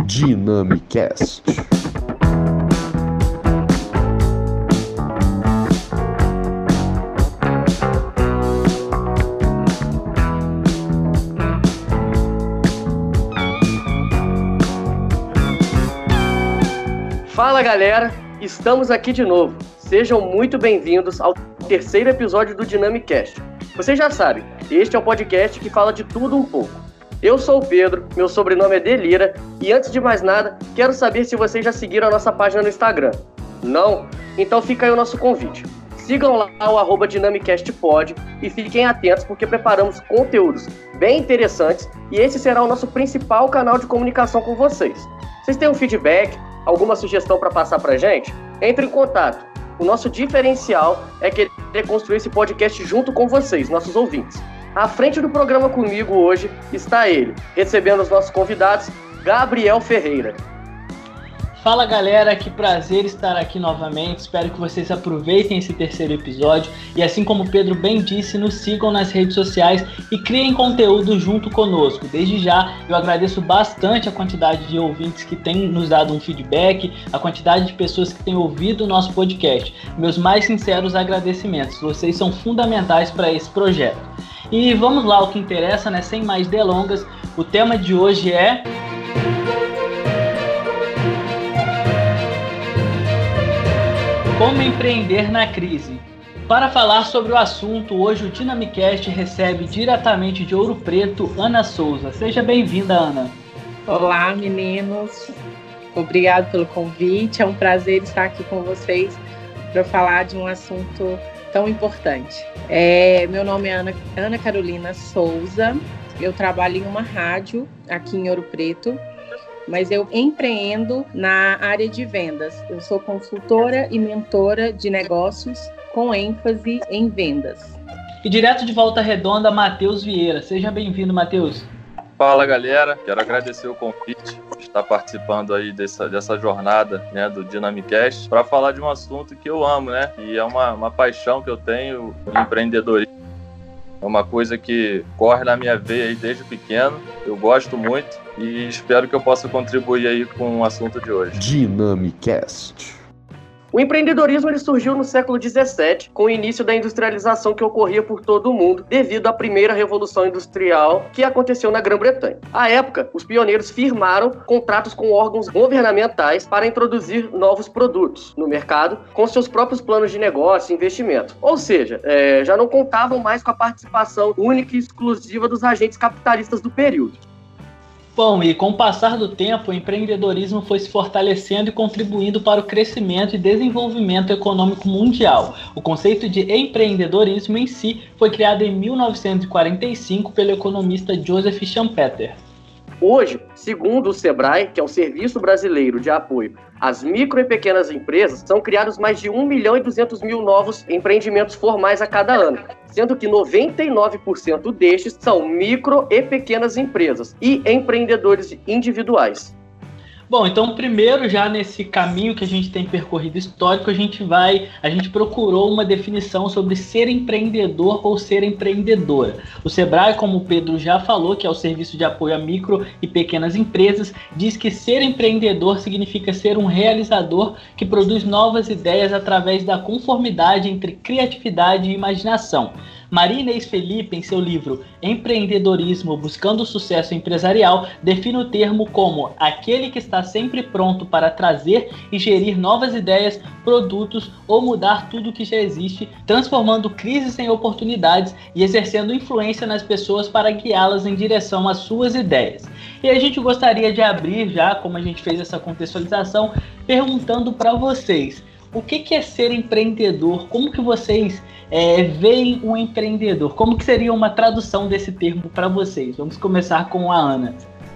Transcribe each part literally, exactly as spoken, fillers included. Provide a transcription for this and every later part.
Dynamicast. Fala galera, estamos aqui de novo. Sejam muito bem-vindos ao terceiro episódio do Dynamicast. Vocês já sabem, este é um podcast que fala de tudo um pouco. Eu sou o Pedro, meu sobrenome é Delira e antes de mais nada, quero saber se vocês já seguiram a nossa página no Instagram. Não? Então fica aí o nosso convite. Sigam lá o arroba DynamicastPod e fiquem atentos porque preparamos conteúdos bem interessantes e esse será o nosso principal canal de comunicação com vocês. Vocês têm um feedback, alguma sugestão para passar pra gente? Entre em contato. O nosso diferencial é querer construir esse podcast junto com vocês, nossos ouvintes. À frente do programa comigo hoje está ele, recebendo os nossos convidados, Gabriel Ferreira. Fala galera, que prazer estar aqui novamente, espero que vocês aproveitem esse terceiro episódio e assim como o Pedro bem disse, nos sigam nas redes sociais e criem conteúdo junto conosco. Desde já eu agradeço bastante a quantidade de ouvintes que têm nos dado um feedback, a quantidade de pessoas que têm ouvido o nosso podcast. Meus mais sinceros agradecimentos, vocês são fundamentais para esse projeto. E vamos lá, o que interessa, né? Sem mais delongas, o tema de hoje é... Como empreender na crise? Para falar sobre o assunto, hoje o Dynamicast recebe diretamente de Ouro Preto, Ana Souza. Seja bem-vinda, Ana. Olá, meninos. Obrigado pelo convite. É um prazer estar aqui com vocês para falar de um assunto tão importante. É, meu nome é Ana, Ana Carolina Souza. Eu trabalho em uma rádio aqui em Ouro Preto, mas eu empreendo na área de vendas. Eu sou consultora e mentora de negócios com ênfase em vendas. E direto de Volta Redonda, Matheus Vieira. Seja bem-vindo, Matheus. Fala, galera. Quero agradecer o convite de estar participando aí dessa, dessa jornada, né, do Dynamicast para falar de um assunto que eu amo, né? E é uma, uma paixão que eu tenho, o empreendedorismo. É uma coisa que corre na minha veia aí desde pequeno. Eu gosto muito e espero que eu possa contribuir aí com o assunto de hoje. Dynamicast. O empreendedorismo ele surgiu no século dezessete, com o início da industrialização que ocorria por todo o mundo, devido à primeira revolução industrial que aconteceu na Grã-Bretanha. À época, os pioneiros firmaram contratos com órgãos governamentais para introduzir novos produtos no mercado, com seus próprios planos de negócio e investimento. Ou seja, é, já não contavam mais com a participação única e exclusiva dos agentes capitalistas do período. Bom, e com o passar do tempo, o empreendedorismo foi se fortalecendo e contribuindo para o crescimento e desenvolvimento econômico mundial. O conceito de empreendedorismo em si foi criado em mil novecentos e quarenta e cinco pelo economista Joseph Schumpeter. Hoje, segundo o Sebrae, que é o Serviço Brasileiro de Apoio às Micro e Pequenas Empresas, são criados mais de um milhão e duzentos mil novos empreendimentos formais a cada ano, sendo que noventa e nove por cento destes são micro e pequenas empresas e empreendedores individuais. Bom, então primeiro já nesse caminho que a gente tem percorrido histórico, a gente vai, a gente procurou uma definição sobre ser empreendedor ou ser empreendedora. O Sebrae, como o Pedro já falou, que é o Serviço de Apoio a Micro e Pequenas Empresas, diz que ser empreendedor significa ser um realizador que produz novas ideias através da conformidade entre criatividade e imaginação. Maria Inês Felipe, em seu livro Empreendedorismo Buscando o Sucesso Empresarial, define o termo como aquele que está sempre pronto para trazer e gerir novas ideias, produtos ou mudar tudo o que já existe, transformando crises em oportunidades e exercendo influência nas pessoas para guiá-las em direção às suas ideias. E a gente gostaria de abrir já, como a gente fez essa contextualização, perguntando para vocês, o que, que é ser empreendedor? Como que vocês é, veem um empreendedor? Como que seria uma tradução desse termo para vocês? Vamos começar com a Ana.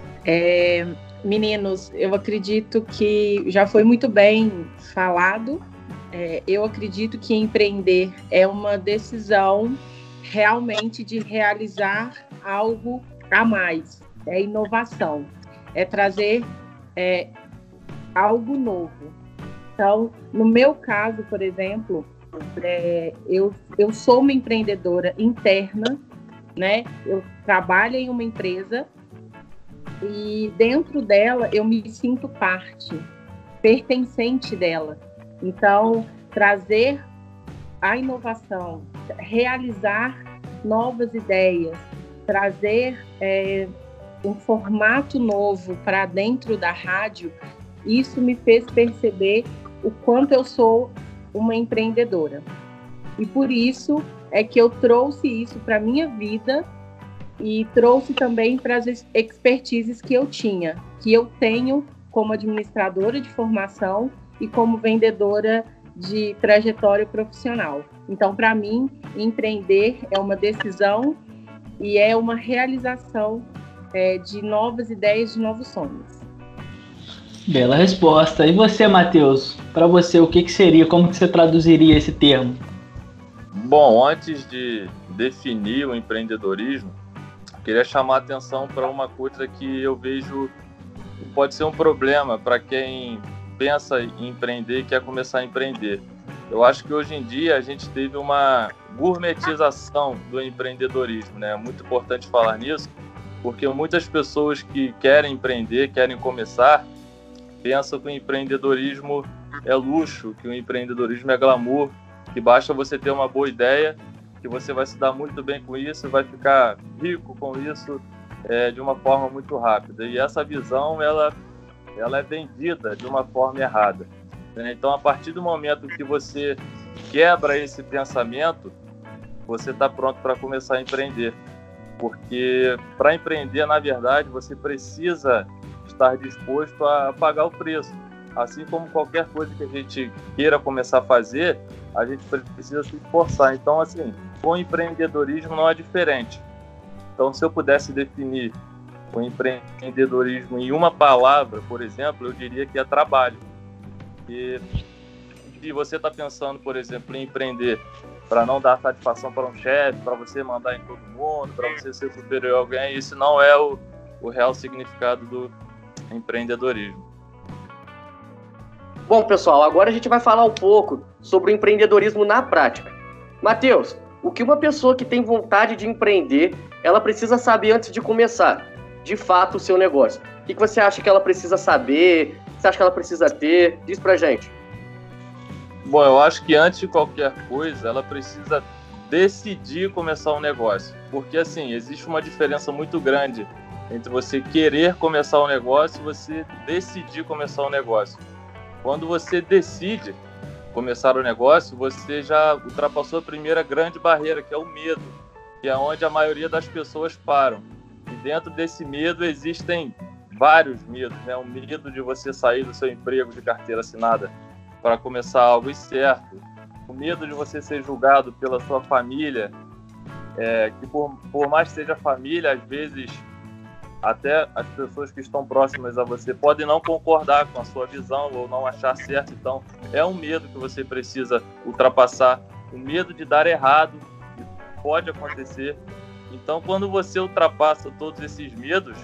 É, meninos, eu acredito que já foi muito bem falado. É, eu acredito que empreender é uma decisão realmente de realizar algo a mais. É inovação. É trazer é, algo novo. Então, no meu caso, por exemplo, é, eu, eu sou uma empreendedora interna, né? Eu trabalho em uma empresa e dentro dela eu me sinto parte, pertencente dela. Então, trazer a inovação, realizar novas ideias, trazer é, um formato novo para dentro da rádio, isso me fez perceber o quanto eu sou uma empreendedora. E por isso é que eu trouxe isso para a minha vida e trouxe também para as expertises que eu tinha, que eu tenho como administradora de formação e como vendedora de trajetória profissional. Então, para mim, empreender é uma decisão e é uma realização é, de novas ideias, de novos sonhos. Bela resposta. E você, Matheus? Para você, o que, que seria? Como que você traduziria esse termo? Bom, antes de definir o empreendedorismo, queria chamar a atenção para uma coisa que eu vejo que pode ser um problema para quem pensa em empreender e quer começar a empreender. Eu acho que hoje em dia a gente teve uma gourmetização do empreendedorismo, né? É muito importante falar nisso, porque muitas pessoas que querem empreender, querem começar, pensam que o empreendedorismo é luxo, que o empreendedorismo é glamour, que basta você ter uma boa ideia, que você vai se dar muito bem com isso, vai ficar rico com isso é, de uma forma muito rápida. E essa visão, ela, ela é vendida de uma forma errada. Né? Então, a partir do momento que você quebra esse pensamento, você está pronto para começar a empreender. Porque para empreender, na verdade, você precisa estar disposto a pagar o preço. Assim como qualquer coisa que a gente queira começar a fazer, a gente precisa se esforçar. Então, assim, o empreendedorismo não é diferente. Então, se eu pudesse definir o empreendedorismo em uma palavra, por exemplo, eu diria que é trabalho. E se você está pensando, por exemplo, em empreender para não dar satisfação para um chefe, para você mandar em todo mundo, para você ser superior a alguém, isso não é o, o real significado do empreendedorismo. Bom, pessoal, agora a gente vai falar um pouco sobre o empreendedorismo na prática. Matheus, o que uma pessoa que tem vontade de empreender, ela precisa saber antes de começar, de fato, o seu negócio? O que você acha que ela precisa saber? O que você acha que ela precisa ter? Diz pra gente. Bom, eu acho que antes de qualquer coisa, ela precisa decidir começar um negócio. Porque, assim, existe uma diferença muito grande entre você querer começar um negócio e você decidir começar um negócio. Quando você decide começar o negócio, você já ultrapassou a primeira grande barreira, que é o medo, que é onde a maioria das pessoas param. E dentro desse medo existem vários medos, né? O medo de você sair do seu emprego de carteira assinada para começar algo incerto, o medo de você ser julgado pela sua família, é, que por, por mais que seja família, às vezes até as pessoas que estão próximas a você podem não concordar com a sua visão ou não achar certo. Então, é um medo que você precisa ultrapassar, o medo de dar errado, que pode acontecer. Então, quando você ultrapassa todos esses medos,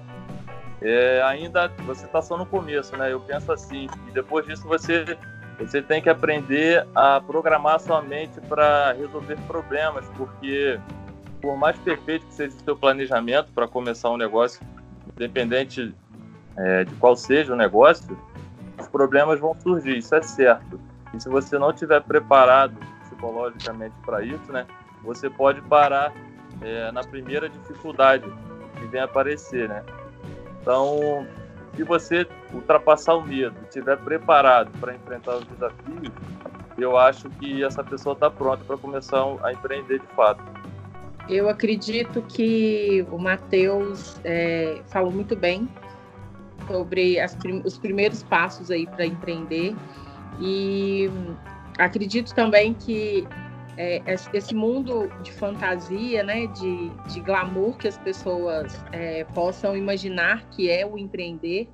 é, ainda você está só no começo, né? Eu penso assim, e depois disso você, você tem que aprender a programar sua mente para resolver problemas, porque por mais perfeito que seja o seu planejamento para começar um negócio, independente é, de qual seja o negócio, os problemas vão surgir, isso é certo. E se você não estiver preparado psicologicamente para isso, né, você pode parar é, na primeira dificuldade que vem aparecer, né? Então, se você ultrapassar o medo, estiver preparado para enfrentar os desafios, eu acho que essa pessoa está pronta para começar a empreender de fato. Eu acredito que o Matheus é, falou muito bem sobre as, os primeiros passos aí para empreender, e acredito também que é, esse mundo de fantasia, né, de, de glamour que as pessoas é, possam imaginar que é o empreender,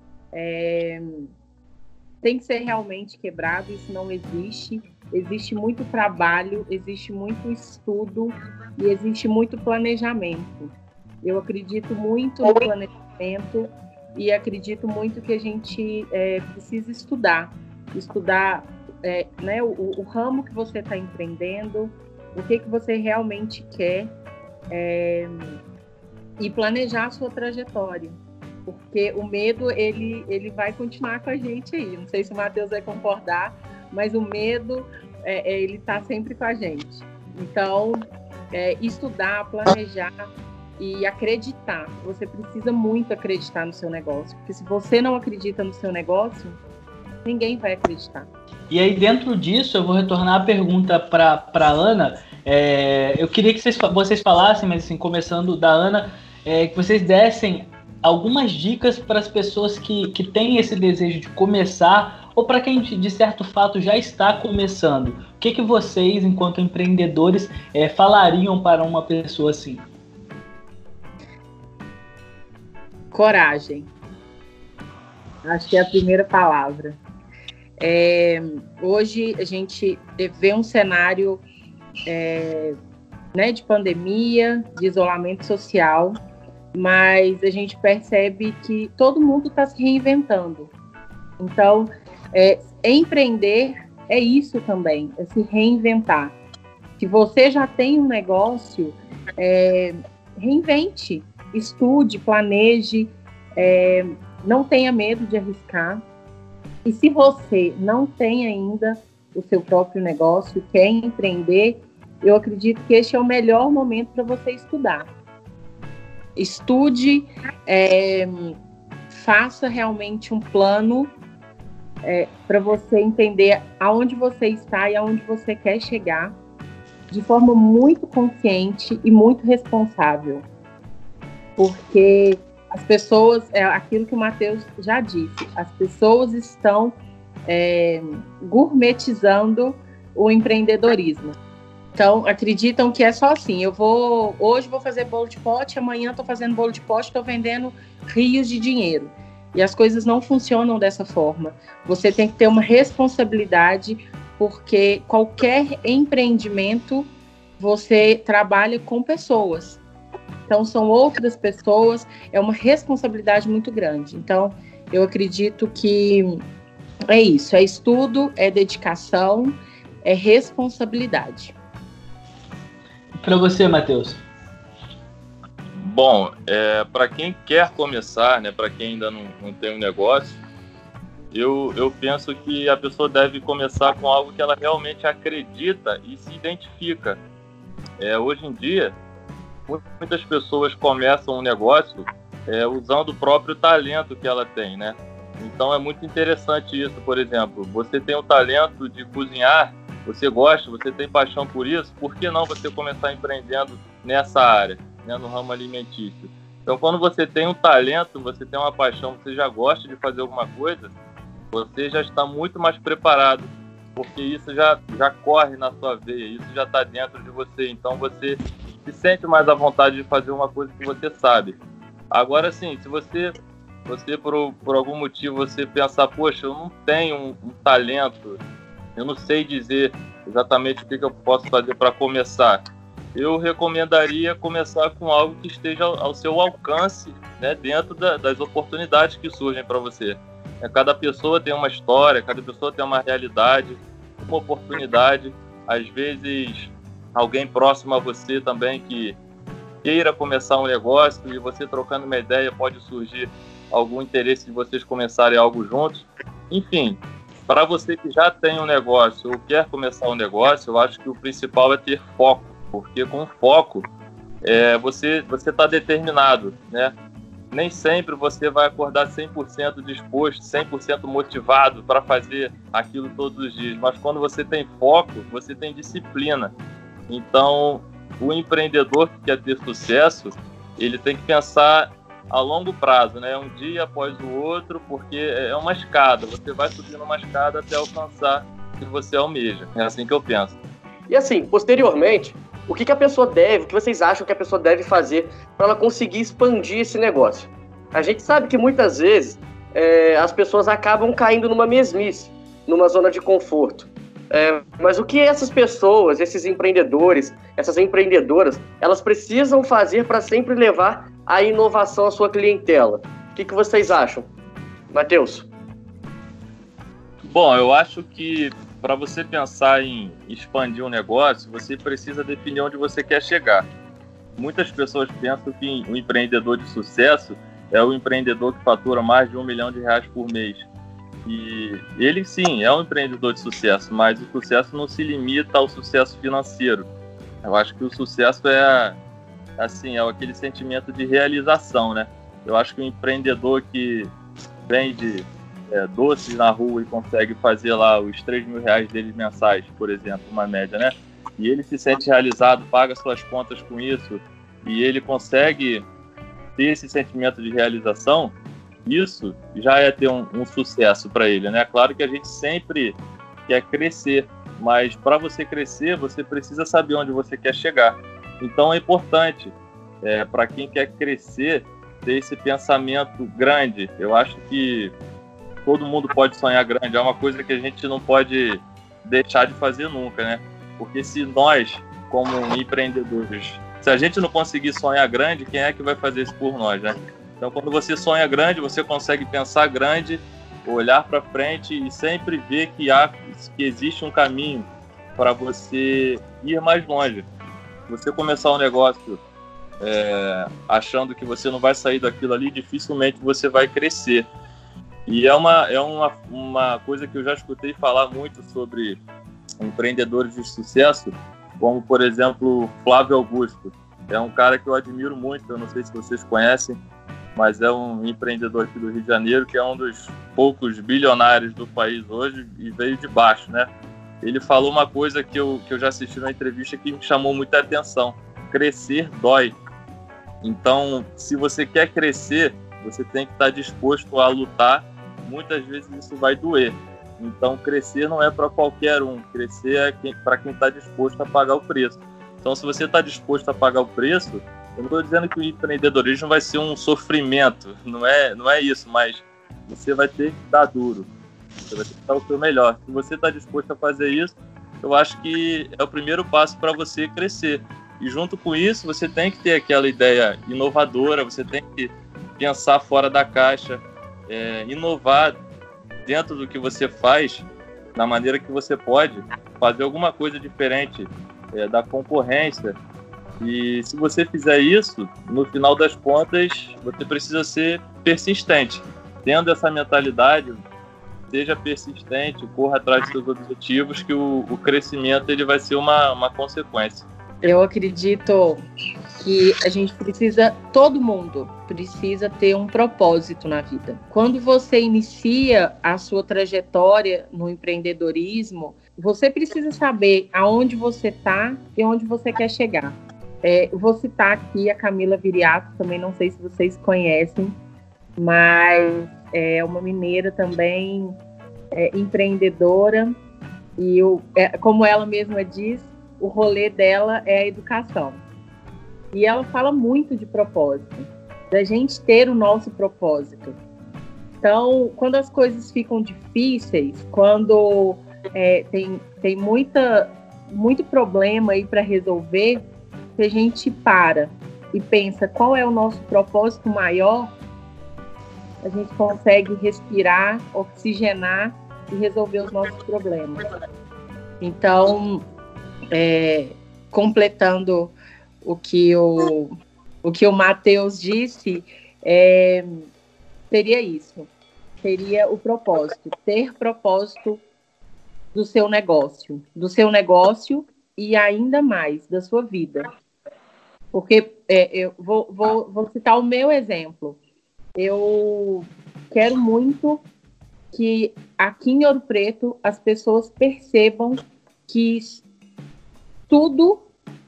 é, tem que ser realmente quebrado. Isso não existe. Existe muito trabalho, existe muito estudo e existe muito planejamento. Eu acredito muito no planejamento e acredito muito que a gente é, precisa estudar. Estudar é, né, o, o ramo que você está empreendendo, o que, que você realmente quer, é, e planejar a sua trajetória. porque o medo ele, ele vai continuar com a gente aí. Não sei se o Matheus vai concordar, mas o medo é, é, ele está sempre com a gente. Então, é, estudar, planejar e acreditar. Você precisa muito acreditar no seu negócio, porque se você não acredita no seu negócio, ninguém vai acreditar. E aí, dentro disso, eu vou retornar a pergunta para a Ana. É, eu queria que vocês, vocês falassem, mas assim, começando da Ana, é, que vocês dessem algumas dicas para as pessoas que, que têm esse desejo de começar, ou para quem, de certo fato, já está começando. O que, que vocês, enquanto empreendedores, é, falariam para uma pessoa assim? Coragem. Acho que é a primeira palavra. É, hoje a gente vê um cenário é, né, de pandemia, de isolamento social, mas a gente percebe que todo mundo está se reinventando. Então, é, empreender é isso também, é se reinventar. Se você já tem um negócio, é, reinvente, estude, planeje, é, não tenha medo de arriscar. E se você não tem ainda o seu próprio negócio, quer empreender, eu acredito que este é o melhor momento para você estudar. Estude, é, faça realmente um plano é, para você entender aonde você está e aonde você quer chegar, de forma muito consciente e muito responsável. Porque as pessoas, é aquilo que o Matheus já disse, as pessoas estão é, gourmetizando o empreendedorismo. Então, acreditam que é só assim, eu vou, hoje vou fazer bolo de pote, amanhã estou fazendo bolo de pote, estou vendendo rios de dinheiro. E as coisas não funcionam dessa forma. Você tem que ter uma responsabilidade, porque qualquer empreendimento, você trabalha com pessoas. Então, são outras pessoas, é uma responsabilidade muito grande. Então, eu acredito que é isso, é estudo, é dedicação, é responsabilidade. Para você, Matheus? Bom, é, para quem quer começar, né, para quem ainda não, não tem um negócio, eu, eu penso que a pessoa deve começar com algo que ela realmente acredita e se identifica. É, hoje em dia, muitas pessoas começam um negócio é, usando o próprio talento que ela tem, né? Então é muito interessante isso. Por exemplo, você tem o talento de cozinhar, você gosta, você tem paixão por isso, por que não você começar empreendendo nessa área, né, no ramo alimentício? Então, quando você tem um talento, você tem uma paixão, você já gosta de fazer alguma coisa, você já está muito mais preparado, porque isso já, já corre na sua veia, isso já está dentro de você. Então, você se sente mais à vontade de fazer uma coisa que você sabe. Agora, sim, se você, você por, por algum motivo, você pensar, poxa, eu não tenho um, um talento, eu não sei dizer exatamente o que, que eu posso fazer para começar, eu recomendaria começar com algo que esteja ao, ao seu alcance, né, dentro da, das oportunidades que surgem para você. É, cada pessoa tem uma história, cada pessoa tem uma realidade, uma oportunidade, às vezes alguém próximo a você também que queira começar um negócio e você trocando uma ideia pode surgir algum interesse de vocês começarem algo juntos. Enfim, para você que já tem um negócio ou quer começar um negócio, eu acho que o principal é ter foco, porque com foco é, você você está determinado, né? Nem sempre você vai acordar cem por cento disposto, cem por cento motivado para fazer aquilo todos os dias, mas quando você tem foco, você tem disciplina. Então, o empreendedor que quer ter sucesso, ele tem que pensar a longo prazo, né? Um dia após o outro, porque é uma escada. Você vai subindo uma escada até alcançar o que você almeja. É assim que eu penso. E assim, posteriormente, o que, que a pessoa deve, o que vocês acham que a pessoa deve fazer para ela conseguir expandir esse negócio? A gente sabe que muitas vezes é, as pessoas acabam caindo numa mesmice, numa zona de conforto. É, mas o que essas pessoas, esses empreendedores, essas empreendedoras, elas precisam fazer para sempre levar a inovação à sua clientela? O que, que vocês acham? Matheus? Bom, eu acho que para você pensar em expandir um negócio, você precisa definir onde você quer chegar. Muitas pessoas pensam que o empreendedor de sucesso, é o empreendedor que fatura mais de um milhão de reais por mês. E ele, sim, é um empreendedor de sucesso, mas o sucesso não se limita ao sucesso financeiro. Eu acho que o sucesso é, assim, é aquele sentimento de realização, né? Eu acho que o empreendedor que vende é, doces na rua e consegue fazer lá os três mil reais dele mensais, por exemplo, uma média, né? E ele se sente realizado, paga suas contas com isso, e ele consegue ter esse sentimento de realização, isso já é ter um, um sucesso para ele, né? Claro que a gente sempre quer crescer, mas para você crescer, você precisa saber onde você quer chegar. Então é importante, é, para quem quer crescer, ter esse pensamento grande. Eu acho que todo mundo pode sonhar grande, é uma coisa que a gente não pode deixar de fazer nunca, né? Porque se nós, como empreendedores, se a gente não conseguir sonhar grande, quem é que vai fazer isso por nós, né? Então, quando você sonha grande, você consegue pensar grande, olhar para frente e sempre ver que, há, que existe um caminho para você ir mais longe. Se você começar um negócio é, achando que você não vai sair daquilo ali, dificilmente você vai crescer. E é, uma, é uma, uma coisa que eu já escutei falar muito sobre empreendedores de sucesso, como, por exemplo, Flávio Augusto. É um cara que eu admiro muito, eu não sei se vocês conhecem, mas é um empreendedor aqui do Rio de Janeiro, que é um dos poucos bilionários do país hoje e veio de baixo, né? Ele falou uma coisa que eu, que eu já assisti na entrevista que me chamou muita atenção: crescer dói. Então, se você quer crescer, você tem que estar disposto a lutar. Muitas vezes isso vai doer. Então, crescer não é para qualquer um. Crescer é para quem está disposto a pagar o preço. Então, se você está disposto a pagar o preço, eu não estou dizendo que o empreendedorismo vai ser um sofrimento. Não é, não é isso, mas você vai ter que dar duro. Você vai ter que dar o seu melhor. Se você está disposto a fazer isso, eu acho que é o primeiro passo para você crescer. E junto com isso, você tem que ter aquela ideia inovadora, você tem que pensar fora da caixa, é, inovar dentro do que você faz, da maneira que você pode, fazer alguma coisa diferente é, da concorrência. E se você fizer isso, no final das contas, você precisa ser persistente. Tendo essa mentalidade, seja persistente, corra atrás dos seus objetivos, que o, o crescimento ele vai ser uma, uma consequência. Eu acredito que a gente precisa, todo mundo precisa ter um propósito na vida. Quando você inicia a sua trajetória no empreendedorismo, você precisa saber aonde você está e onde você quer chegar. É, eu vou citar aqui a Camila Viriato, também não sei se vocês conhecem, mas é uma mineira também, é, empreendedora, e eu, é, como ela mesma diz, o rolê dela é a educação. E ela fala muito de propósito, da gente ter o nosso propósito. Então, quando as coisas ficam difíceis, quando é, tem, tem muita, muito problema aí para resolver, se a gente para e pensa qual é o nosso propósito maior, a gente consegue respirar, oxigenar e resolver os nossos problemas. Então, é, completando o que o, o que o Matheus disse, é, seria isso. Seria o propósito. Ter propósito do seu negócio. Do seu negócio e ainda mais da sua vida. Porque é, eu vou, vou, vou citar o meu exemplo. Eu quero muito que aqui em Ouro Preto as pessoas percebam que tudo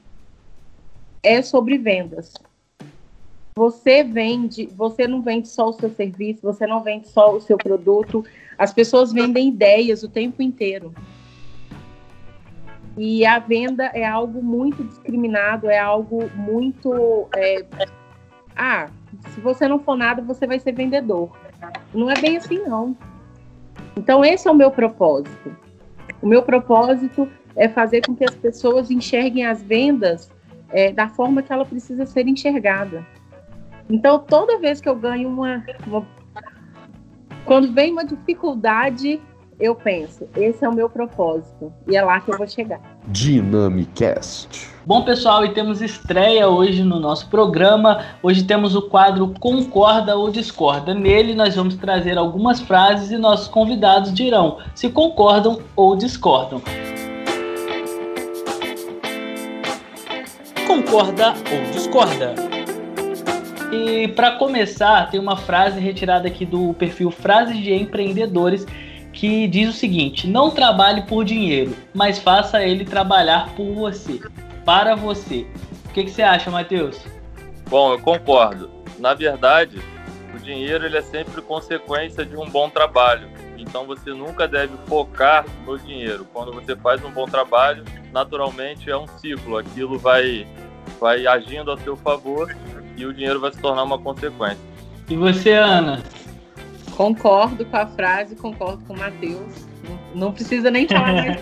é sobre vendas. Você vende, você não vende só o seu serviço, você não vende só o seu produto. As pessoas vendem ideias o tempo inteiro. E a venda é algo muito discriminado, é algo muito... É, ah, se você não for nada, você vai ser vendedor. Não é bem assim, não. Então, esse é o meu propósito. O meu propósito é fazer com que as pessoas enxerguem as vendas é, da forma que ela precisa ser enxergada. Então, toda vez que eu ganho uma... uma... Quando vem uma dificuldade... eu penso, esse é o meu propósito, e é lá que eu vou chegar. DinamiCast. Bom, pessoal, e temos estreia hoje no nosso programa. Hoje temos o quadro Concorda ou Discorda. Nele nós vamos trazer algumas frases e nossos convidados dirão se concordam ou discordam. Concorda ou discorda? E para começar, tem uma frase retirada aqui do perfil Frases de Empreendedores que diz o seguinte: não trabalhe por dinheiro, mas faça ele trabalhar por você, para você. O que, que você acha, Matheus? Bom, eu concordo. Na verdade, o dinheiro ele é sempre consequência de um bom trabalho. Então você nunca deve focar no dinheiro. Quando você faz um bom trabalho, naturalmente é um ciclo. Aquilo vai, vai agindo a seu favor e o dinheiro vai se tornar uma consequência. E você, Ana? Concordo com a frase, concordo com o Matheus. Não, não precisa nem falar mais.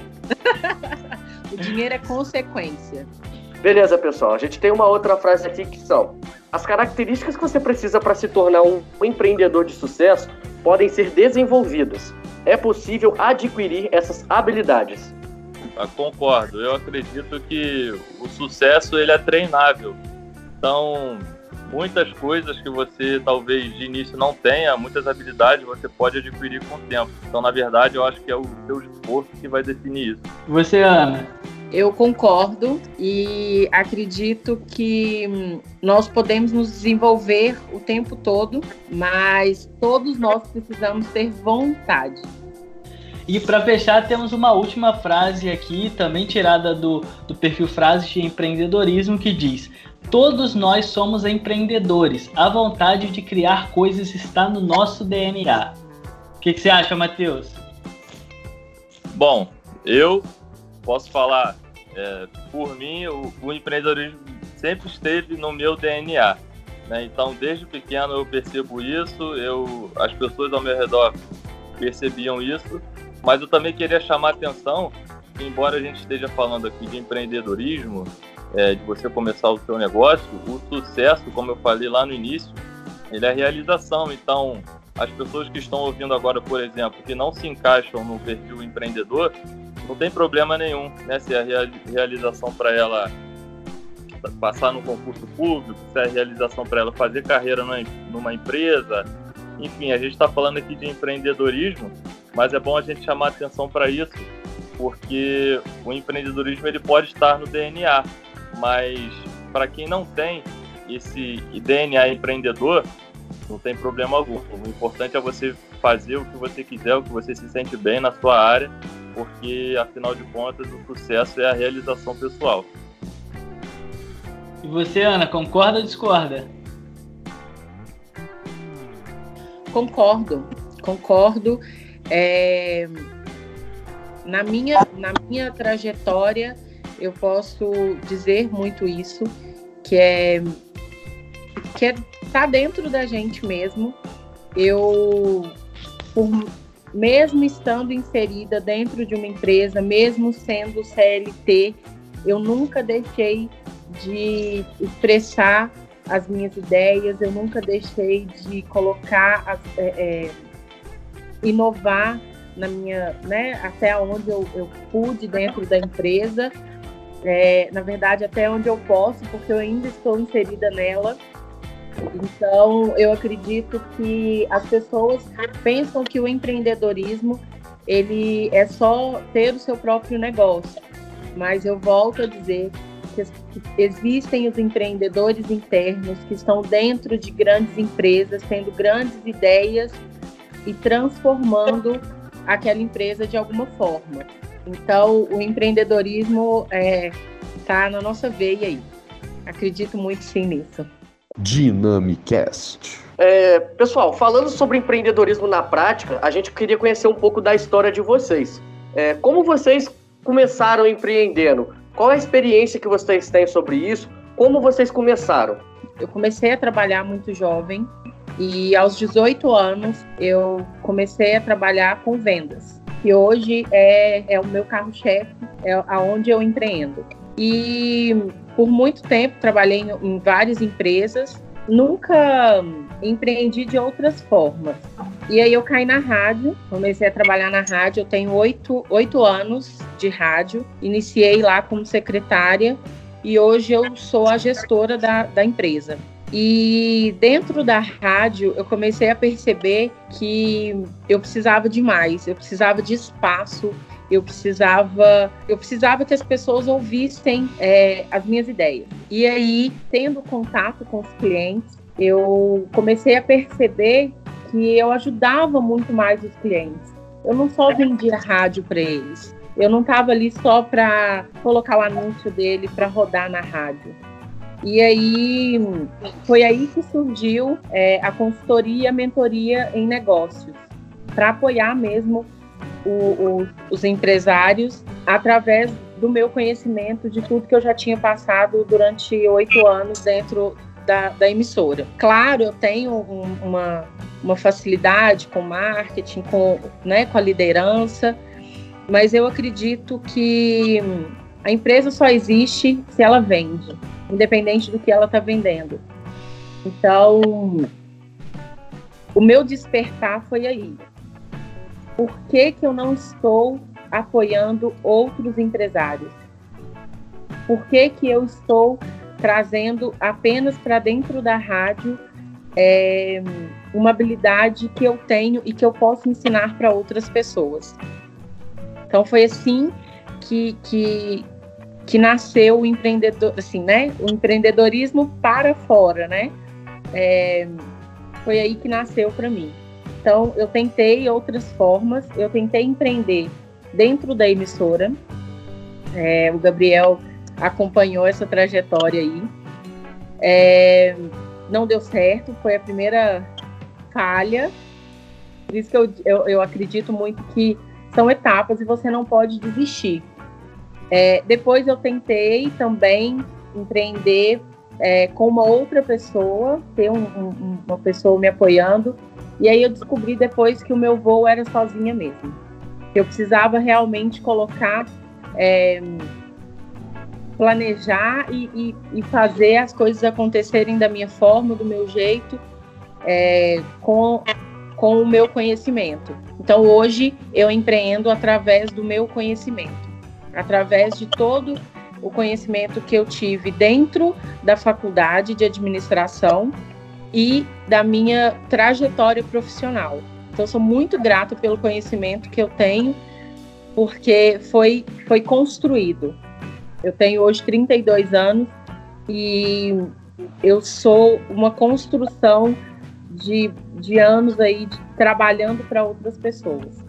O dinheiro é consequência. Beleza, pessoal. A gente tem uma outra frase aqui que são: as características que você precisa para se tornar um empreendedor de sucesso podem ser desenvolvidas. É possível adquirir essas habilidades. Eu concordo. Eu acredito que o sucesso ele é treinável. Então, muitas coisas que você talvez de início não tenha, muitas habilidades você pode adquirir com o tempo. Então, na verdade, eu acho que é o seu esforço que vai definir isso. E você, Ana? Eu concordo e acredito que nós podemos nos desenvolver o tempo todo, mas todos nós precisamos ter vontade. E para fechar, temos uma última frase aqui, também tirada do, do perfil Frases de Empreendedorismo, que diz: todos nós somos empreendedores, a vontade de criar coisas está no nosso D N A. O que, que você acha, Matheus? Bom, eu posso falar, é, por mim, o, o empreendedorismo sempre esteve no meu D N A. Né? Então, desde pequeno eu percebo isso, eu, as pessoas ao meu redor percebiam isso, mas eu também queria chamar a atenção que, embora a gente esteja falando aqui de empreendedorismo, é, de você começar o seu negócio, o sucesso, como eu falei lá no início, ele é a realização. Então, as pessoas que estão ouvindo agora, por exemplo, que não se encaixam no perfil empreendedor, não tem problema nenhum, né? Se a realização para ela passar no concurso público, se a realização para ela fazer carreira numa empresa, enfim, a gente está falando aqui de empreendedorismo, mas é bom a gente chamar atenção para isso, porque o empreendedorismo ele pode estar no D N A, mas para quem não tem esse D N A empreendedor, não tem problema algum. O importante é você fazer o que você quiser, o que você se sente bem na sua área, porque, afinal de contas, o sucesso é a realização pessoal. E você, Ana, concorda ou discorda? Concordo, concordo. É... Na minha, na minha trajetória, eu posso dizer muito isso, que é que é, tá dentro da gente mesmo. Eu, por, mesmo estando inserida dentro de uma empresa, mesmo sendo C L T, eu nunca deixei de expressar as minhas ideias, eu nunca deixei de colocar, as, é, é, inovar na minha, né, até onde eu, eu pude dentro da empresa, é, na verdade até onde eu posso, porque eu ainda estou inserida nela. Então eu acredito que as pessoas pensam que o empreendedorismo ele é só ter o seu próprio negócio, mas eu volto a dizer que existem os empreendedores internos que estão dentro de grandes empresas, tendo grandes ideias e transformando aquela empresa de alguma forma. Então, o empreendedorismo está é, na nossa veia aí. Acredito muito sim nisso. DinamiCast. É, pessoal, falando sobre empreendedorismo na prática, a gente queria conhecer um pouco da história de vocês. É, como vocês começaram empreendendo? Qual a experiência que vocês têm sobre isso? Como vocês começaram? Eu comecei a trabalhar muito jovem e aos dezoito anos eu comecei a trabalhar com vendas. E hoje é, é o meu carro-chefe, é aonde eu empreendo. E por muito tempo trabalhei em, em várias empresas nunca empreendi de outras formas. E aí eu caí na rádio, comecei a trabalhar na rádio, eu tenho oito, oito anos de rádio, iniciei lá como secretária e hoje eu sou a gestora da, da empresa. E dentro da rádio eu comecei a perceber que eu precisava de mais, eu precisava de espaço, eu precisava, eu precisava que as pessoas ouvissem é, as minhas ideias. E aí, tendo contato com os clientes, eu comecei a perceber que eu ajudava muito mais os clientes. Eu não só vendia rádio para eles, eu não estava ali só para colocar o anúncio dele para rodar na rádio. E aí, foi aí que surgiu é, a consultoria e a mentoria em negócios, para apoiar mesmo o, o, os empresários através do meu conhecimento de tudo que eu já tinha passado durante oito anos dentro da, da emissora. Claro, eu tenho um, uma, uma facilidade com marketing, com, né, com a liderança, mas eu acredito que a empresa só existe se ela vende, independente do que ela está vendendo. Então, o meu despertar foi aí. Por que que eu não estou apoiando outros empresários? Por que que eu estou trazendo apenas para dentro da rádio é, uma habilidade que eu tenho e que eu posso ensinar para outras pessoas? Então, foi assim que, que, que nasceu o empreendedor, assim, né? O empreendedorismo para fora, né? É, foi aí que nasceu para mim. Então, eu tentei outras formas, eu tentei empreender dentro da emissora. É, o Gabriel acompanhou essa trajetória aí. É, não deu certo, foi a primeira falha. Por isso que eu, eu, eu acredito muito que são etapas e você não pode desistir. É, depois eu tentei também empreender é, com uma outra pessoa, ter um, um, uma pessoa me apoiando. E aí eu descobri depois que o meu voo era sozinha mesmo. Eu precisava realmente colocar, é, planejar e, e, e fazer as coisas acontecerem da minha forma, do meu jeito, é, com, com o meu conhecimento. Então hoje eu empreendo através do meu conhecimento, através de todo o conhecimento que eu tive dentro da faculdade de administração e da minha trajetória profissional. Então, eu sou muito grata pelo conhecimento que eu tenho, porque foi, foi construído. Eu tenho hoje trinta e dois anos e eu sou uma construção de, de anos aí de, trabalhando para outras pessoas.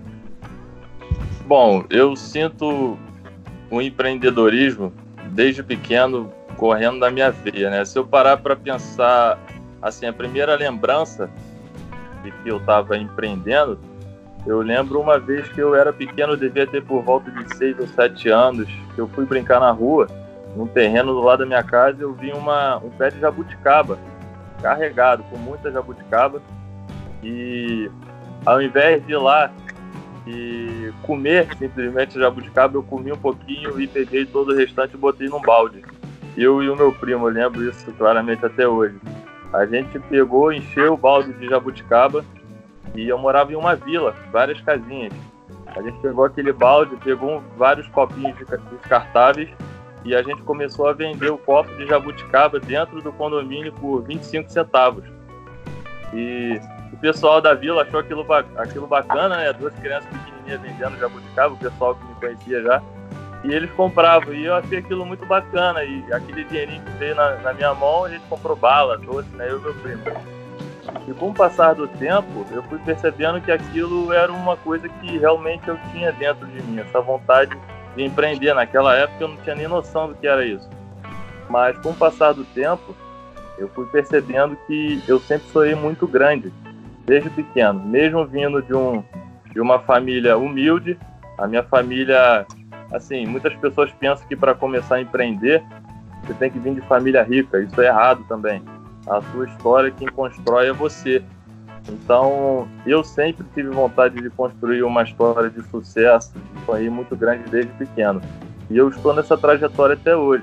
Bom, eu sinto o empreendedorismo desde pequeno correndo na minha veia, né? Se eu parar para pensar, assim, a primeira lembrança de que eu estava empreendendo, eu lembro uma vez que eu era pequeno, eu devia ter por volta de seis ou sete anos, que eu fui brincar na rua, num terreno do lado da minha casa, eu vi uma, um pé de jabuticaba, carregado, com muita jabuticaba, e ao invés de ir lá e comer simplesmente jabuticaba, eu comi um pouquinho e peguei todo o restante e botei num balde. Eu e o meu primo, eu lembro isso claramente até hoje. A gente pegou, encheu o balde de jabuticaba e eu morava em uma vila, várias casinhas. A gente pegou aquele balde, pegou vários copinhos descartáveis e a gente começou a vender o copo de jabuticaba dentro do condomínio por vinte e cinco centavos. E o pessoal da vila achou aquilo, aquilo bacana, né? Duas crianças pequenininhas vendendo jabuticaba, o pessoal que me conhecia já. E eles compravam, e eu achei aquilo muito bacana, e aquele dinheirinho que veio na, na minha mão, a gente comprou bala, doce, né, eu e meu primo. E com o passar do tempo, eu fui percebendo que aquilo era uma coisa que realmente eu tinha dentro de mim, essa vontade de empreender. Naquela época eu não tinha nem noção do que era isso. Mas com o passar do tempo, eu fui percebendo que eu sempre sonhei muito grande, desde pequeno. Mesmo vindo de, um, de uma família humilde, a minha família... Assim, muitas pessoas pensam que para começar a empreender, você tem que vir de família rica. Isso é errado também. A sua história, quem constrói é você. Então, eu sempre tive vontade de construir uma história de sucesso, de sonhar muito grande desde pequeno. E eu estou nessa trajetória até hoje.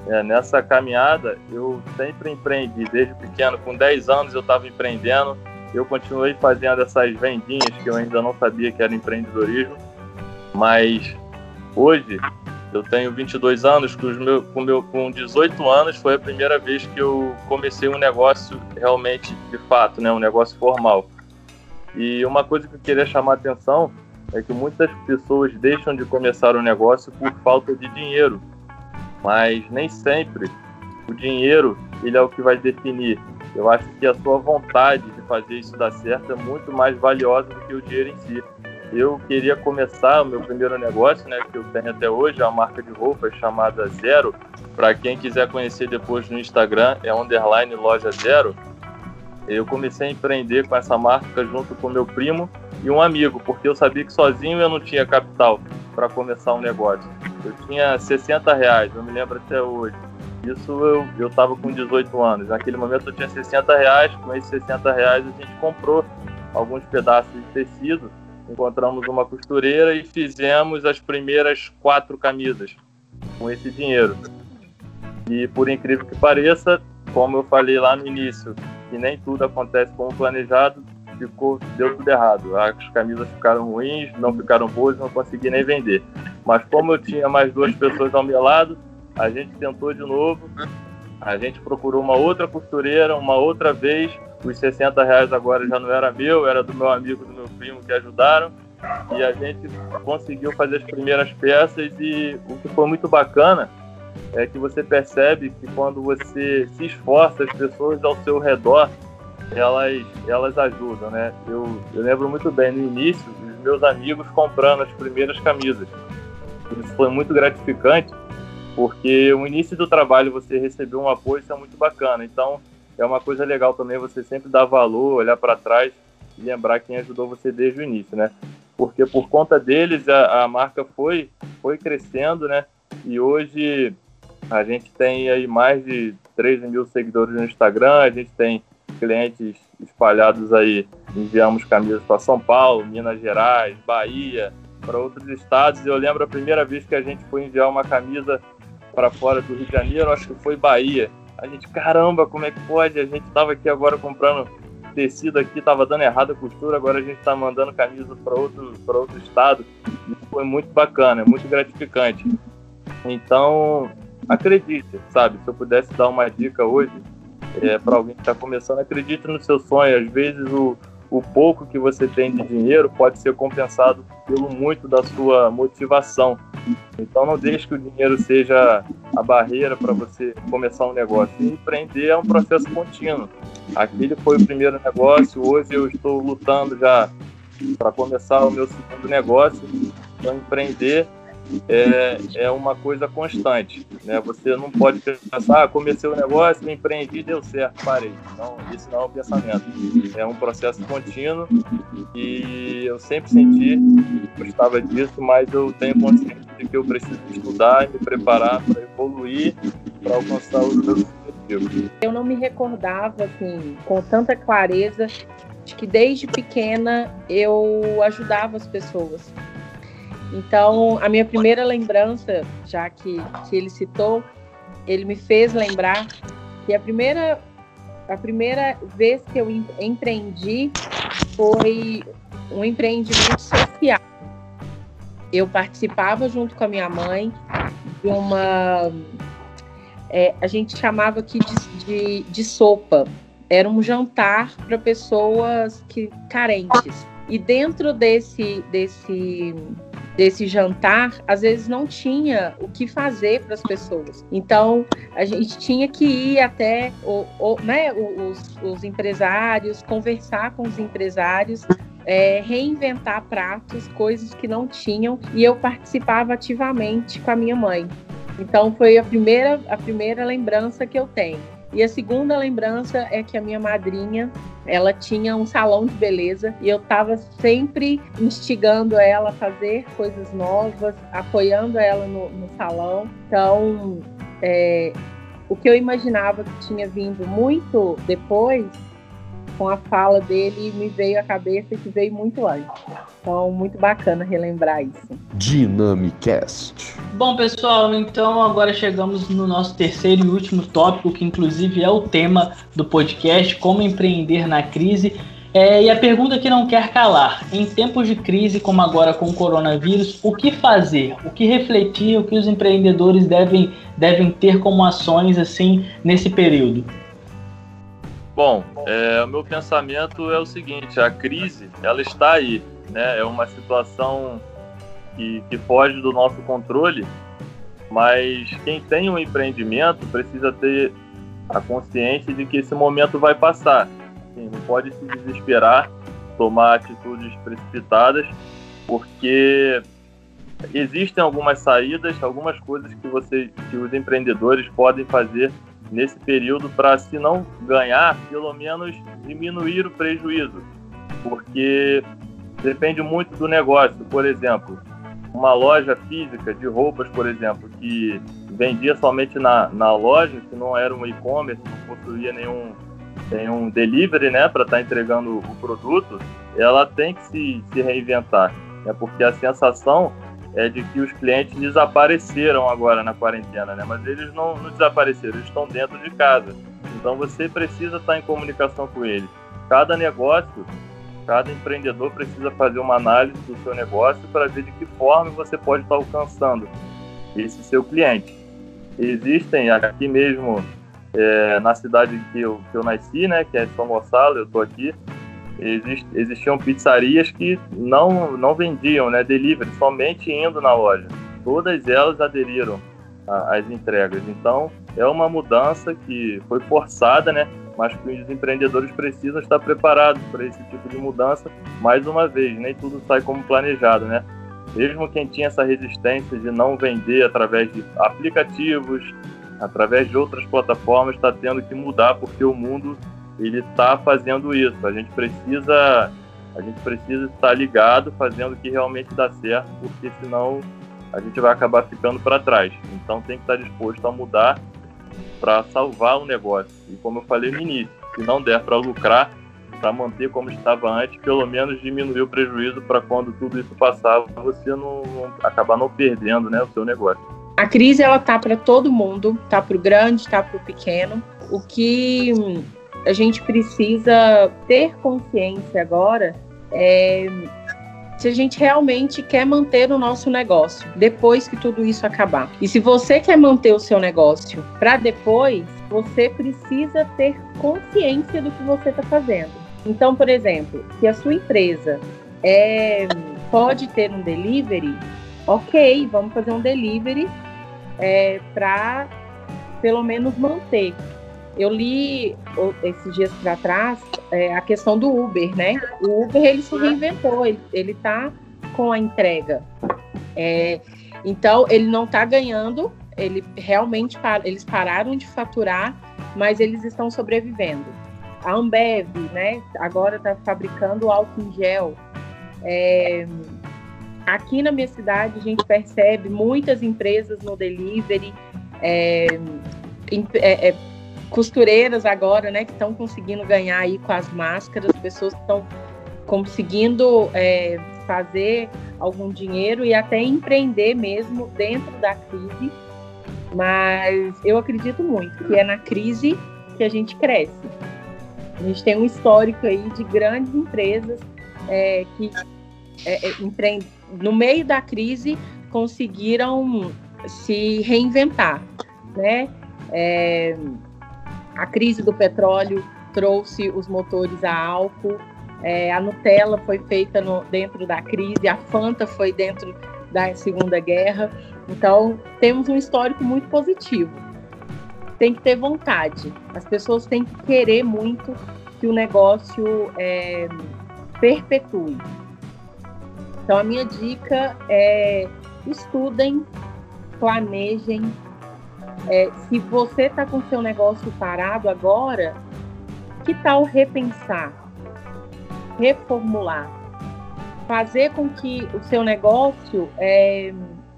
é, nessa caminhada eu sempre empreendi, desde pequeno, com dez anos eu estava empreendendo, eu continuei fazendo essas vendinhas que eu ainda não sabia que era empreendedorismo, mas hoje eu tenho vinte e dois anos, com, os meu, com, meu, com dezoito anos foi a primeira vez que eu comecei um negócio realmente, de fato, né, um negócio formal. E uma coisa que eu queria chamar a atenção é que muitas pessoas deixam de começar o negócio por falta de dinheiro, mas nem sempre o dinheiro ele é o que vai definir. Eu acho que a sua vontade de fazer isso dar certo é muito mais valiosa do que o dinheiro em si. Eu queria começar o meu primeiro negócio, né, que eu tenho até hoje, é uma marca de roupas chamada Zero. Para quem quiser conhecer depois no Instagram, é underline loja Zero. Eu comecei a empreender com essa marca junto com meu primo e um amigo, porque eu sabia que sozinho eu não tinha capital para começar um negócio. Eu tinha sessenta reais, eu me lembro até hoje. Isso eu eu estava com dezoito anos. Naquele momento eu tinha sessenta reais. Com esses sessenta reais a gente comprou alguns pedaços de tecido, encontramos uma costureira e fizemos as primeiras quatro camisas com esse dinheiro. E por incrível que pareça, como eu falei lá no início, que nem tudo acontece como planejado, ficou, deu tudo errado. As camisas ficaram ruins, não ficaram boas, não consegui nem vender. Mas como eu tinha mais duas pessoas ao meu lado, a gente tentou de novo, a gente procurou uma outra costureira, uma outra vez. Os sessenta reais agora já não era meu, era do meu amigo, do meu primo que ajudaram. E a gente conseguiu fazer as primeiras peças e o que foi muito bacana é que você percebe que quando você se esforça, as pessoas ao seu redor, elas, elas ajudam, né? Eu, eu lembro muito bem, no início, os meus amigos comprando as primeiras camisas. Isso foi muito gratificante, porque o início do trabalho você receber um apoio, isso é muito bacana. Então, é uma coisa legal também você sempre dar valor, olhar para trás e lembrar quem ajudou você desde o início, né? Porque por conta deles a, a marca foi, foi crescendo, né? E hoje a gente tem aí mais de treze mil seguidores no Instagram, a gente tem clientes espalhados aí, enviamos camisas para São Paulo, Minas Gerais, Bahia, para outros estados. E eu lembro a primeira vez que a gente foi enviar uma camisa para fora do Rio de Janeiro, acho que foi Bahia. A gente, caramba, como é que pode? A gente estava aqui agora comprando tecido aqui, estava dando errado a costura, agora a gente está mandando camisa para outro, para outro estado. E foi muito bacana, muito gratificante. Então, acredite, sabe? Se eu pudesse dar uma dica hoje é, para alguém que está começando, acredite no seu sonho. Às vezes o, o pouco que você tem de dinheiro pode ser compensado pelo muito da sua motivação. Então não deixe que o dinheiro seja a barreira para você começar um negócio. E empreender é um processo contínuo. Aquele foi o primeiro negócio, hoje eu estou lutando já para começar o meu segundo negócio. Então empreender é, é uma coisa constante, né? Você não pode pensar, ah, comecei o negócio, me empreendi, deu certo, parei. Não, isso não é um pensamento. É um processo contínuo e eu sempre senti que gostava disso, mas eu tenho consciência de que eu preciso estudar e me preparar para evoluir, para alcançar os meus objetivos. Eu não me recordava, assim, com tanta clareza, de que desde pequena eu ajudava as pessoas. Então, a minha primeira lembrança, já que, que ele citou, ele me fez lembrar que a primeira, a primeira vez que eu empreendi foi um empreendimento social. Eu participava junto com a minha mãe de uma... É, a gente chamava aqui de, de, de sopa. Era um jantar para pessoas que, carentes. E dentro desse... desse desse jantar, às vezes não tinha o que fazer para as pessoas. Então, a gente tinha que ir até o, o, né, os, os empresários, conversar com os empresários, é, reinventar pratos, coisas que não tinham, e eu participava ativamente com a minha mãe. Então, foi a primeira, a primeira lembrança que eu tenho. E a segunda lembrança é que a minha madrinha, ela tinha um salão de beleza e eu estava sempre instigando ela a fazer coisas novas, apoiando ela no, no salão. Então, é, o que eu imaginava que tinha vindo muito depois com a fala dele me veio à cabeça que veio muito antes. Então, muito bacana relembrar isso. Dynamicast. Bom, pessoal, então agora chegamos no nosso terceiro e último tópico, que inclusive é o tema do podcast, como empreender na crise. É, e a pergunta que não quer calar: em tempos de crise, como agora com o coronavírus, o que fazer? O que refletir? O que os empreendedores devem, devem ter como ações assim nesse período? Bom, é, o meu pensamento é o seguinte: a crise, ela está aí, né? É uma situação que, que foge do nosso controle, mas quem tem um empreendimento precisa ter a consciência de que esse momento vai passar. Assim, não pode se desesperar, tomar atitudes precipitadas, porque existem algumas saídas, algumas coisas que, você, que os empreendedores podem fazer nesse período para, se não ganhar, pelo menos diminuir o prejuízo, porque depende muito do negócio. Por exemplo, uma loja física de roupas, por exemplo, que vendia somente na, na loja, que não era um e-commerce, não possuía nenhum, nenhum delivery, né, para estar tá entregando o produto, ela tem que se, se reinventar, né, porque a sensação é de que os clientes desapareceram agora na quarentena, né? Mas eles não, não desapareceram, eles estão dentro de casa. Então você precisa estar em comunicação com eles. Cada negócio, cada empreendedor precisa fazer uma análise do seu negócio para ver de que forma você pode estar alcançando esse seu cliente. Existem aqui mesmo, é, na cidade que eu, que eu nasci, né, que é São Gonçalo, eu estou aqui, Exist, existiam pizzarias que não, não vendiam, né, delivery, somente indo na loja. Todas elas aderiram às entregas. Então, é uma mudança que foi forçada, né, mas que os empreendedores precisam estar preparados para esse tipo de mudança. Mais uma vez, nem tudo sai como planejado, né? Mesmo quem tinha essa resistência de não vender através de aplicativos, através de outras plataformas, está tendo que mudar, porque o mundo ele está fazendo isso. A gente precisa a gente precisa estar ligado, fazendo o que realmente dá certo, porque senão a gente vai acabar ficando para trás. Então tem que estar disposto a mudar para salvar o negócio. E como eu falei no início, se não der para lucrar, para manter como estava antes, pelo menos diminuir o prejuízo para quando tudo isso passar, você não, não acabar não perdendo, né, o seu negócio. A crise ela tá para todo mundo, tá para o grande, tá para o pequeno. O que a gente precisa ter consciência agora é se a gente realmente quer manter o nosso negócio depois que tudo isso acabar. E se você quer manter o seu negócio para depois, você precisa ter consciência do que você está fazendo. Então, por exemplo, se a sua empresa é, pode ter um delivery, ok, vamos fazer um delivery é, para pelo menos manter. Eu li esses dias para trás é, a questão do Uber, né? O Uber ele se reinventou, ele, ele tá com a entrega. É, então, ele não está ganhando, ele realmente eles pararam de faturar, mas eles estão sobrevivendo. A Ambev, né? Agora está fabricando álcool em gel. É, aqui na minha cidade, a gente percebe muitas empresas no delivery, é, é, é, costureiras agora, né, que estão conseguindo ganhar aí com as máscaras, pessoas que estão conseguindo é, fazer algum dinheiro e até empreender mesmo dentro da crise. Mas eu acredito muito que é na crise que a gente cresce. A gente tem um histórico aí de grandes empresas é, que é, é, empreend... no meio da crise conseguiram se reinventar, né? É, a crise do petróleo trouxe os motores a álcool, é, a Nutella foi feita no, dentro da crise, a Fanta foi dentro da Segunda Guerra. Então, temos um histórico muito positivo. Tem que ter vontade. As pessoas têm que querer muito que o negócio é, perpetue. Então, a minha dica é estudem, planejem. É, se você está com o seu negócio parado agora, que tal repensar, reformular, fazer com que o seu negócio, é,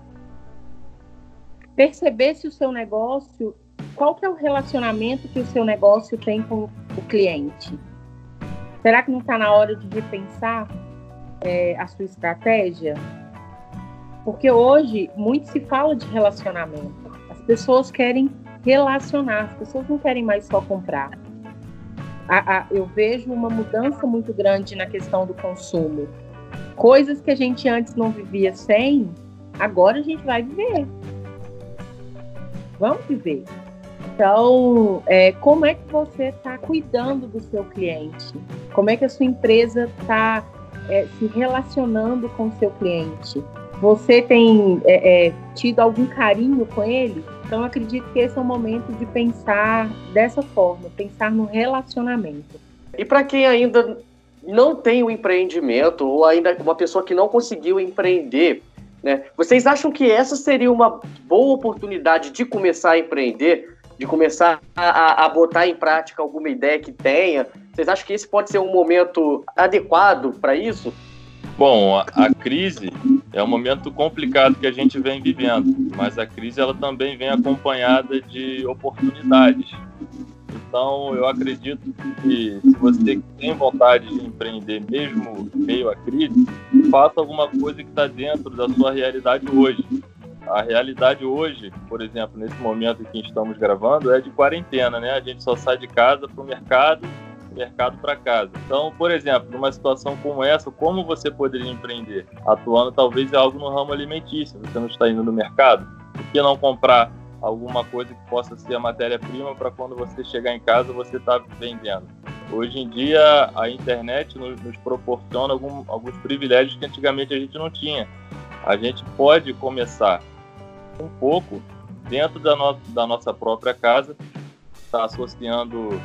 perceber se o seu negócio, qual que é o relacionamento que o seu negócio tem com o cliente. Será que não está na hora de repensar é, a sua estratégia? Porque hoje muito se fala de relacionamento. As pessoas querem relacionar, as pessoas não querem mais só comprar. A, a, eu vejo uma mudança muito grande na questão do consumo. Coisas que a gente antes não vivia sem, agora a gente vai viver. Vamos viver. Então, é, como é que você está cuidando do seu cliente? Como é que a sua empresa está é, se relacionando com o seu cliente? Você tem é, é, tido algum carinho com ele? Então, eu acredito que esse é o momento de pensar dessa forma, pensar no relacionamento. E para quem ainda não tem o empreendimento, ou ainda uma pessoa que não conseguiu empreender, né, vocês acham que essa seria uma boa oportunidade de começar a empreender, de começar a, a botar em prática alguma ideia que tenha? Vocês acham que esse pode ser um momento adequado para isso? Bom, a, a crise é um momento complicado que a gente vem vivendo, mas a crise ela também vem acompanhada de oportunidades. Então, eu acredito que se você tem vontade de empreender mesmo em meio à crise, faça alguma coisa que está dentro da sua realidade hoje. A realidade hoje, por exemplo, nesse momento em que estamos gravando, é de quarentena, né? A gente só sai de casa para o mercado, mercado para casa. Então, por exemplo, numa situação como essa, como você poderia empreender? Atuando talvez em algo no ramo alimentício, você não está indo no mercado, por que não comprar alguma coisa que possa ser a matéria-prima para quando você chegar em casa você está vendendo? Hoje em dia, a internet nos, nos proporciona algum, alguns privilégios que antigamente a gente não tinha. A gente pode começar um pouco dentro da, no, da nossa própria casa, está associando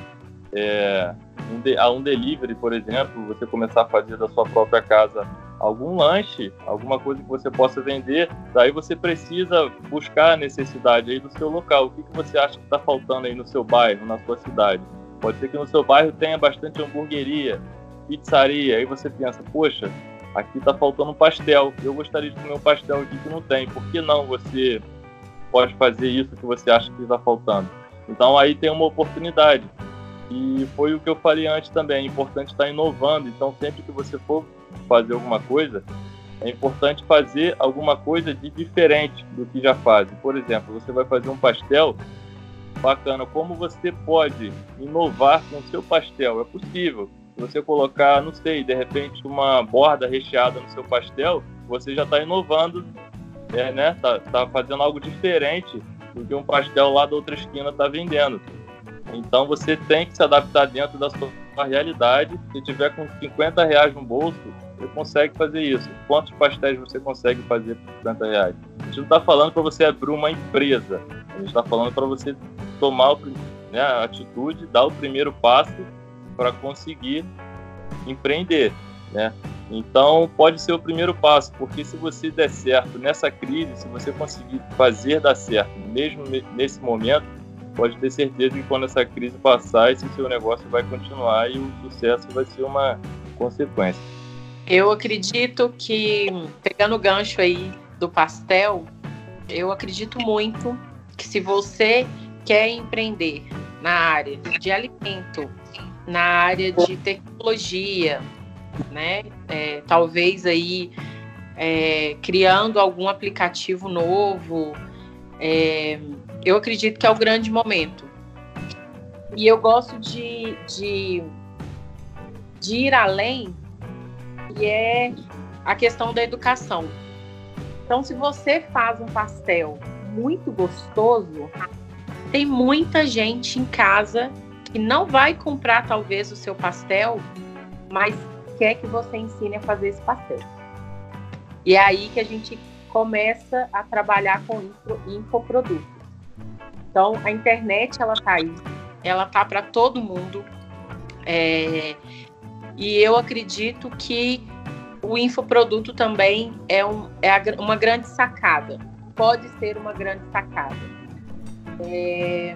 é, um de, a um delivery, por exemplo, você começar a fazer da sua própria casa algum lanche, alguma coisa que você possa vender. Daí você precisa buscar a necessidade aí do seu local. O que, que você acha que está faltando aí no seu bairro, na sua cidade? Pode ser que no seu bairro tenha bastante hamburgueria, pizzaria. Aí você pensa, poxa, aqui está faltando um pastel. Eu gostaria de comer um pastel aqui que não tem. Por que não você pode fazer isso que você acha que está faltando? Então aí tem uma oportunidade. E foi o que eu falei antes também. É importante estar inovando. Então sempre que você for fazer alguma coisa, é importante fazer alguma coisa de diferente do que já faz. Por exemplo, você vai fazer um pastel, bacana, como você pode inovar com o seu pastel? É possível. Se você colocar, não sei, de repente uma borda recheada no seu pastel, você já está inovando, é, né? Tá, tá fazendo algo diferente do que um pastel lá da outra esquina está vendendo. Então você tem que se adaptar dentro da sua realidade. Se tiver com cinquenta reais no bolso, você consegue fazer isso. Quantos pastéis você consegue fazer por cinquenta reais? A gente não está falando para você abrir uma empresa. A gente está falando para você tomar, né, a atitude, dar o primeiro passo para conseguir empreender, né? Então pode ser o primeiro passo, porque se você der certo nessa crise, se você conseguir fazer dar certo mesmo nesse momento, pode ter certeza que quando essa crise passar, esse seu negócio vai continuar e o sucesso vai ser uma consequência. Eu acredito que, pegando o gancho aí do pastel, eu acredito muito que se você quer empreender na área de alimento, na área de tecnologia, né, é, talvez aí é, criando algum aplicativo novo, é, eu acredito que é o grande momento. E eu gosto de, de, de ir além, que é a questão da educação. Então, se você faz um pastel muito gostoso, tem muita gente em casa que não vai comprar, talvez, o seu pastel, mas quer que você ensine a fazer esse pastel. E é aí que a gente começa a trabalhar com infoprodutos. Então, a internet, ela tá aí, ela tá para todo mundo. É... E eu acredito que o infoproduto também é, um, é uma grande sacada. Pode ser uma grande sacada. É...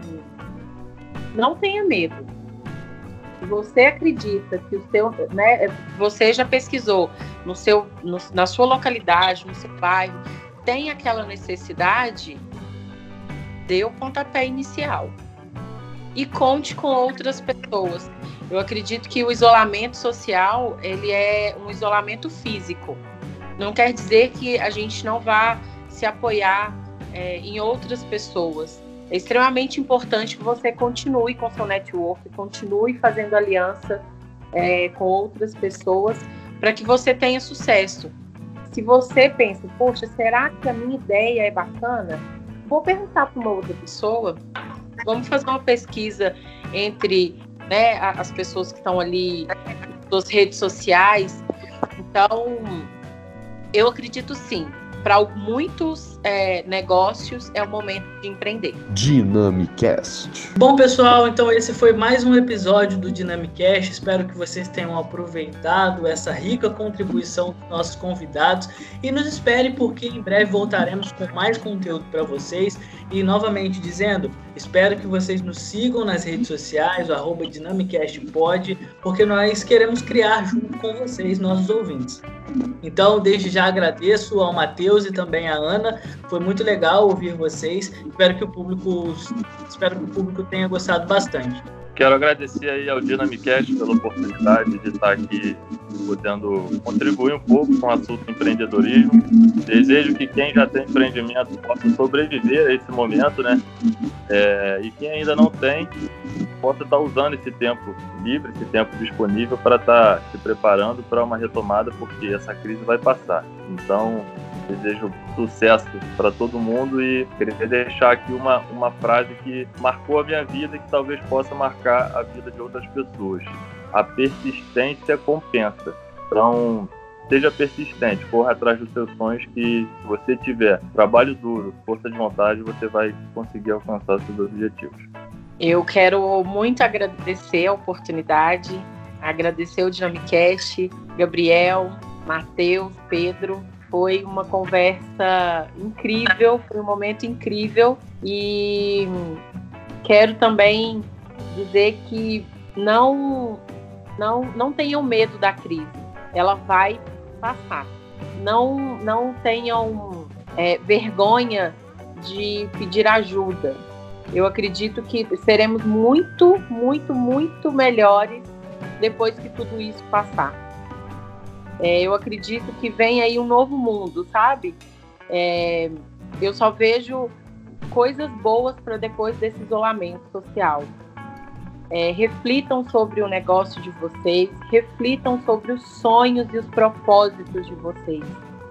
Não tenha medo. Se você acredita que o seu, né, você já pesquisou no seu, no, na sua localidade, no seu bairro, tem aquela necessidade, dê o pontapé inicial. E conte com outras pessoas. Eu acredito que o isolamento social, ele é um isolamento físico. Não quer dizer que a gente não vá se apoiar é, em outras pessoas. É extremamente importante que você continue com seu network, continue fazendo aliança é, com outras pessoas para que você tenha sucesso. Se você pensa, poxa, será que a minha ideia é bacana? Vou perguntar para uma outra pessoa. Vamos fazer uma pesquisa entre, né, as pessoas que estão ali nas redes sociais. Então, eu acredito sim. Para muitos é, negócios é o momento de empreender. Dynamicast. Bom, pessoal, então esse foi mais um episódio do Dynamicast. Espero que vocês tenham aproveitado essa rica contribuição dos nossos convidados e nos espere, porque em breve voltaremos com mais conteúdo para vocês. E novamente dizendo, espero que vocês nos sigam nas redes sociais, o arroba DynamicastPod, porque nós queremos criar junto com vocês, nossos ouvintes. Então, desde já agradeço ao Matheus e também à Ana. Foi muito legal ouvir vocês. Espero que o público, espero que o público tenha gostado bastante. Quero agradecer aí ao Dynamicast pela oportunidade de estar aqui podendo contribuir um pouco com o assunto empreendedorismo. Desejo que quem já tem empreendimento possa sobreviver a esse momento, né? É, e quem ainda não tem, possa estar usando esse tempo livre, esse tempo disponível para estar se preparando para uma retomada, porque essa crise vai passar. Então, desejo sucesso para todo mundo e queria deixar aqui uma, uma frase que marcou a minha vida e que talvez possa marcar a vida de outras pessoas. A persistência compensa. Então, seja persistente, corra atrás dos seus sonhos, que se você tiver trabalho duro, força de vontade, você vai conseguir alcançar seus objetivos. Eu quero muito agradecer a oportunidade, agradecer o Dynamicast, Gabriel, Matheus, Pedro. Foi uma conversa incrível, foi um momento incrível e quero também dizer que não, não, não tenham medo da crise, ela vai passar. Não, não tenham é, vergonha de pedir ajuda. Eu acredito que seremos muito, muito, muito melhores depois que tudo isso passar. É, eu acredito que vem aí um novo mundo, sabe? É, eu só vejo coisas boas para depois desse isolamento social. É, reflitam sobre o negócio de vocês, reflitam sobre os sonhos e os propósitos de vocês.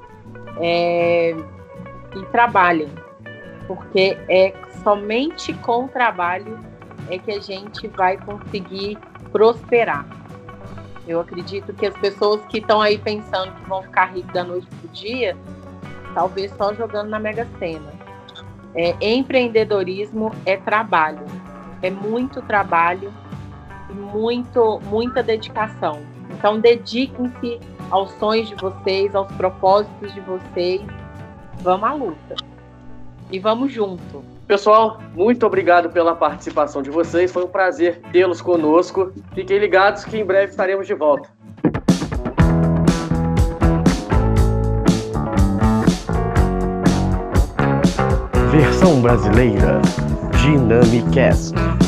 É, e trabalhem, porque é somente com o trabalho é que a gente vai conseguir prosperar. Eu acredito que as pessoas que estão aí pensando que vão ficar ricos da noite para o dia, talvez só jogando na Mega Sena. É, empreendedorismo é trabalho, é muito trabalho e muito, muita dedicação. Então, dediquem-se aos sonhos de vocês, aos propósitos de vocês. Vamos à luta e vamos junto. Pessoal, muito obrigado pela participação de vocês. Foi um prazer tê-los conosco. Fiquem ligados que em breve estaremos de volta. Versão brasileira Dynamicast.